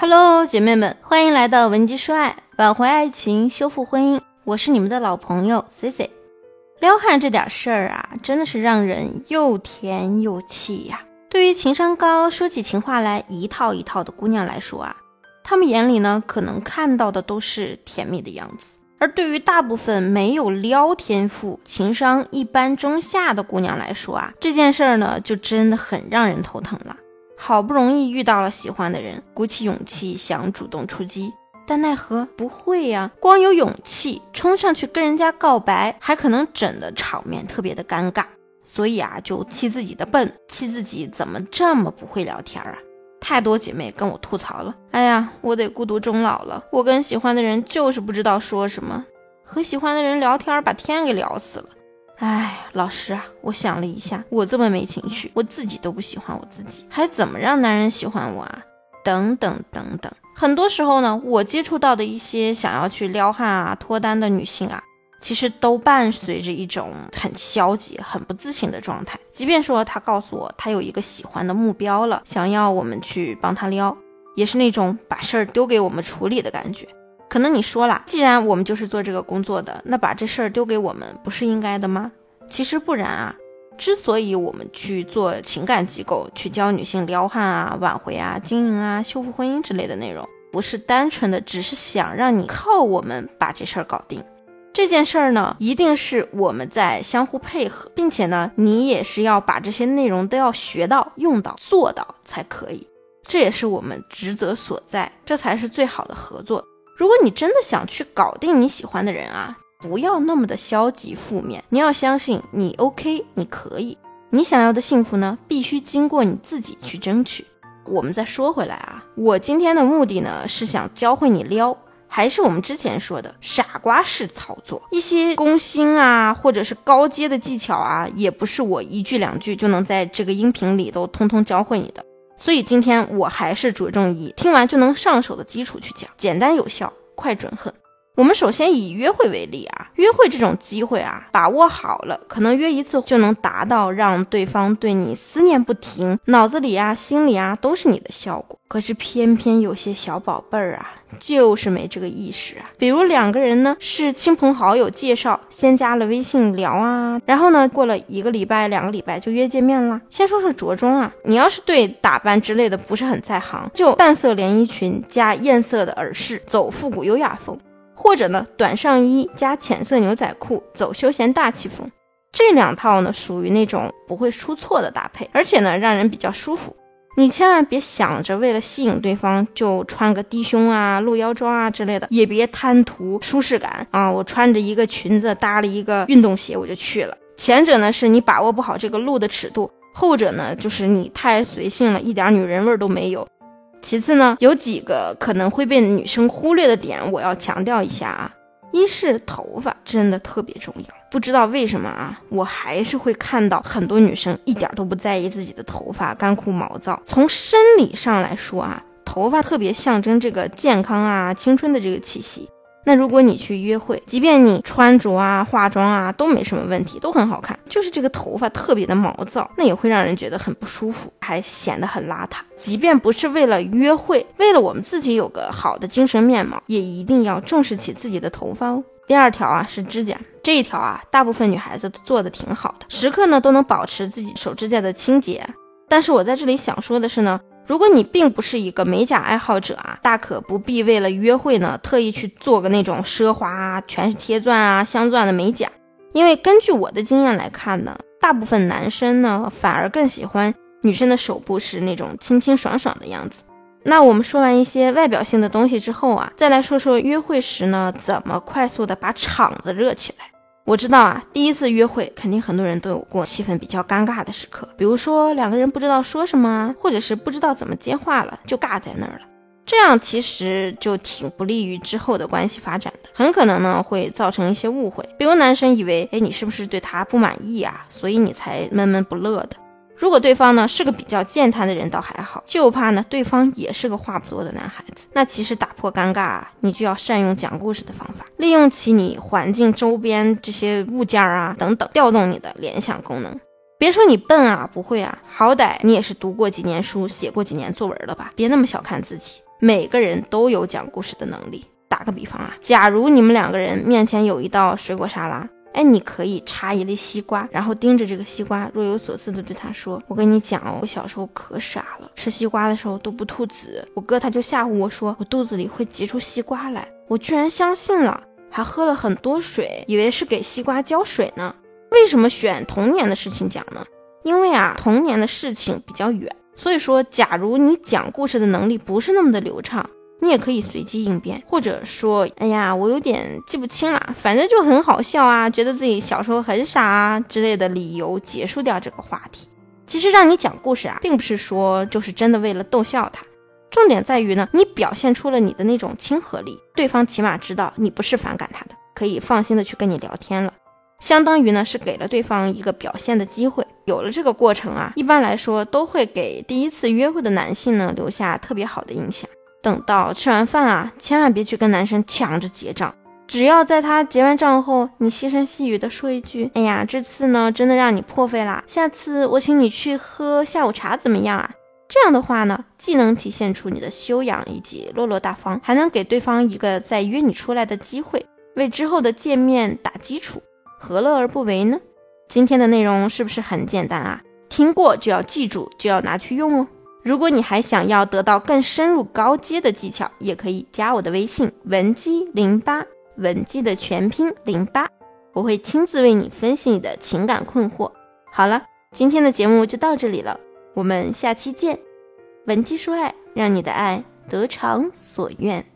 Hello， 姐妹们，欢迎来到文姬说爱，挽回爱情，修复婚姻。我是你们的老朋友 Cici。撩汉这点事儿啊，真的是让人又甜又气呀。对于情商高、说起情话来一套一套的姑娘来说啊，她们眼里呢，可能看到的都是甜蜜的样子。而对于大部分没有撩天赋、情商一般中下的姑娘来说啊，这件事儿呢，就真的很让人头疼了。好不容易遇到了喜欢的人，鼓起勇气想主动出击，但奈何不会呀，光有勇气冲上去跟人家告白，还可能整的场面特别的尴尬。所以啊，就气自己的笨，气自己怎么这么不会聊天啊。太多姐妹跟我吐槽了，哎呀，我得孤独终老了，我跟喜欢的人就是不知道说什么，和喜欢的人聊天把天给聊死了。哎，老师啊，我想了一下，我这么没情绪，我自己都不喜欢我自己，还怎么让男人喜欢我啊？等等等等。很多时候呢，我接触到的一些想要去撩汉啊、脱单的女性啊，其实都伴随着一种很消极、很不自信的状态。即便说她告诉我她有一个喜欢的目标了，想要我们去帮她撩，也是那种把事儿丢给我们处理的感觉。可能你说了，既然我们就是做这个工作的，那把这事儿丢给我们不是应该的吗？其实不然啊，之所以我们去做情感机构，去教女性撩汉啊、挽回啊、经营啊、修复婚姻之类的内容，不是单纯的只是想让你靠我们把这事儿搞定。这件事儿呢，一定是我们在相互配合，并且呢，你也是要把这些内容都要学到、用到、做到才可以。这也是我们职责所在，这才是最好的合作。如果你真的想去搞定你喜欢的人啊，不要那么的消极负面，你要相信你 OK， 你可以。你想要的幸福呢，必须经过你自己去争取。我们再说回来啊，我今天的目的呢，是想教会你撩，还是我们之前说的傻瓜式操作。一些攻心啊，或者是高阶的技巧啊，也不是我一句两句就能在这个音频里都通通教会你的。所以今天我还是着重以听完就能上手的基础去讲，简单有效，快准狠。我们首先以约会为例啊，约会这种机会啊，把握好了，可能约一次就能达到让对方对你思念不停，脑子里啊、心里啊都是你的效果。可是偏偏有些小宝贝儿啊，就是没这个意识啊。比如两个人呢是亲朋好友介绍，先加了微信聊啊，然后呢过了1个礼拜、2个礼拜就约见面了。先说说着装啊，你要是对打扮之类的不是很在行，就淡色连衣裙加艳色的耳饰，走复古优雅风。或者呢，短上衣加浅色牛仔裤，走休闲大气风。这两套呢，属于那种不会出错的搭配，而且呢，让人比较舒服。你千万别想着为了吸引对方就穿个低胸啊、露腰装啊之类的，也别贪图舒适感啊。我穿着一个裙子搭了一个运动鞋我就去了。前者呢，是你把握不好这个路的尺度，后者呢，就是你太随性了，一点女人味都没有。其次呢，有几个可能会被女生忽略的点我要强调一下啊。一是头发真的特别重要，不知道为什么啊，我还是会看到很多女生一点都不在意自己的头发，干枯毛躁。从生理上来说啊，头发特别象征这个健康啊、青春的这个气息。那如果你去约会，即便你穿着啊、化妆啊都没什么问题，都很好看，就是这个头发特别的毛躁，那也会让人觉得很不舒服，还显得很邋遢。即便不是为了约会，为了我们自己有个好的精神面貌，也一定要重视起自己的头发哦。第二条啊是指甲，这一条啊大部分女孩子都做的挺好的，时刻呢都能保持自己手指甲的清洁。但是我在这里想说的是呢，如果你并不是一个美甲爱好者啊，大可不必为了约会呢特意去做个那种奢华啊、全是贴钻啊、镶钻的美甲。因为根据我的经验来看呢，大部分男生呢反而更喜欢女生的手部是那种清清爽爽的样子。那我们说完一些外表性的东西之后啊，再来说说约会时呢怎么快速的把场子热起来。我知道啊，第一次约会肯定很多人都有过气氛比较尴尬的时刻，比如说两个人不知道说什么啊，或者是不知道怎么接话了，就尬在那儿了。这样其实就挺不利于之后的关系发展的，很可能呢会造成一些误会，比如男生以为你是不是对他不满意啊，所以你才闷闷不乐的。如果对方呢是个比较健谈的人倒还好，就怕呢对方也是个话不多的男孩子。那其实打破尴尬啊，你就要善用讲故事的方法，利用起你环境周边这些物件啊等等，调动你的联想功能。别说你笨啊不会啊，好歹你也是读过几年书写过几年作文了吧，别那么小看自己。 每个人都有讲故事的能力。打个比方啊，假如你们2个人面前有一道水果沙拉，你可以插一粒西瓜，然后盯着这个西瓜，若有所思的对他说，我跟你讲哦，我小时候可傻了，吃西瓜的时候都不吐籽，我哥他就吓唬我说我肚子里会结出西瓜来，我居然相信了，还喝了很多水，以为是给西瓜浇水呢。为什么选童年的事情讲呢？因为童年的事情比较远，所以说假如你讲故事的能力不是那么的流畅，你也可以随机应变，或者说我有点记不清了，反正就很好笑啊，觉得自己小时候很傻啊之类的理由结束掉这个话题。其实让你讲故事并不是说就是真的为了逗笑他，重点在于呢，你表现出了你的那种亲和力，对方起码知道你不是反感他的，可以放心的去跟你聊天了，相当于呢是给了对方一个表现的机会。有了这个过程一般来说都会给第一次约会的男性呢留下特别好的印象。等到吃完饭千万别去跟男生抢着结账，只要在他结完账后，你细声细语的说一句，这次呢真的让你破费啦，下次我请你去喝下午茶怎么样啊？这样的话呢，既能体现出你的修养以及落落大方，还能给对方一个再约你出来的机会，为之后的见面打基础，何乐而不为呢？今天的内容是不是很简单听过就要记住，就要拿去用哦。如果你还想要得到更深入高阶的技巧，也可以加我的微信文姬08，文姬的全拼08，我会亲自为你分析你的情感困惑。好了，今天的节目就到这里了，我们下期见。文姬说爱，让你的爱得偿所愿。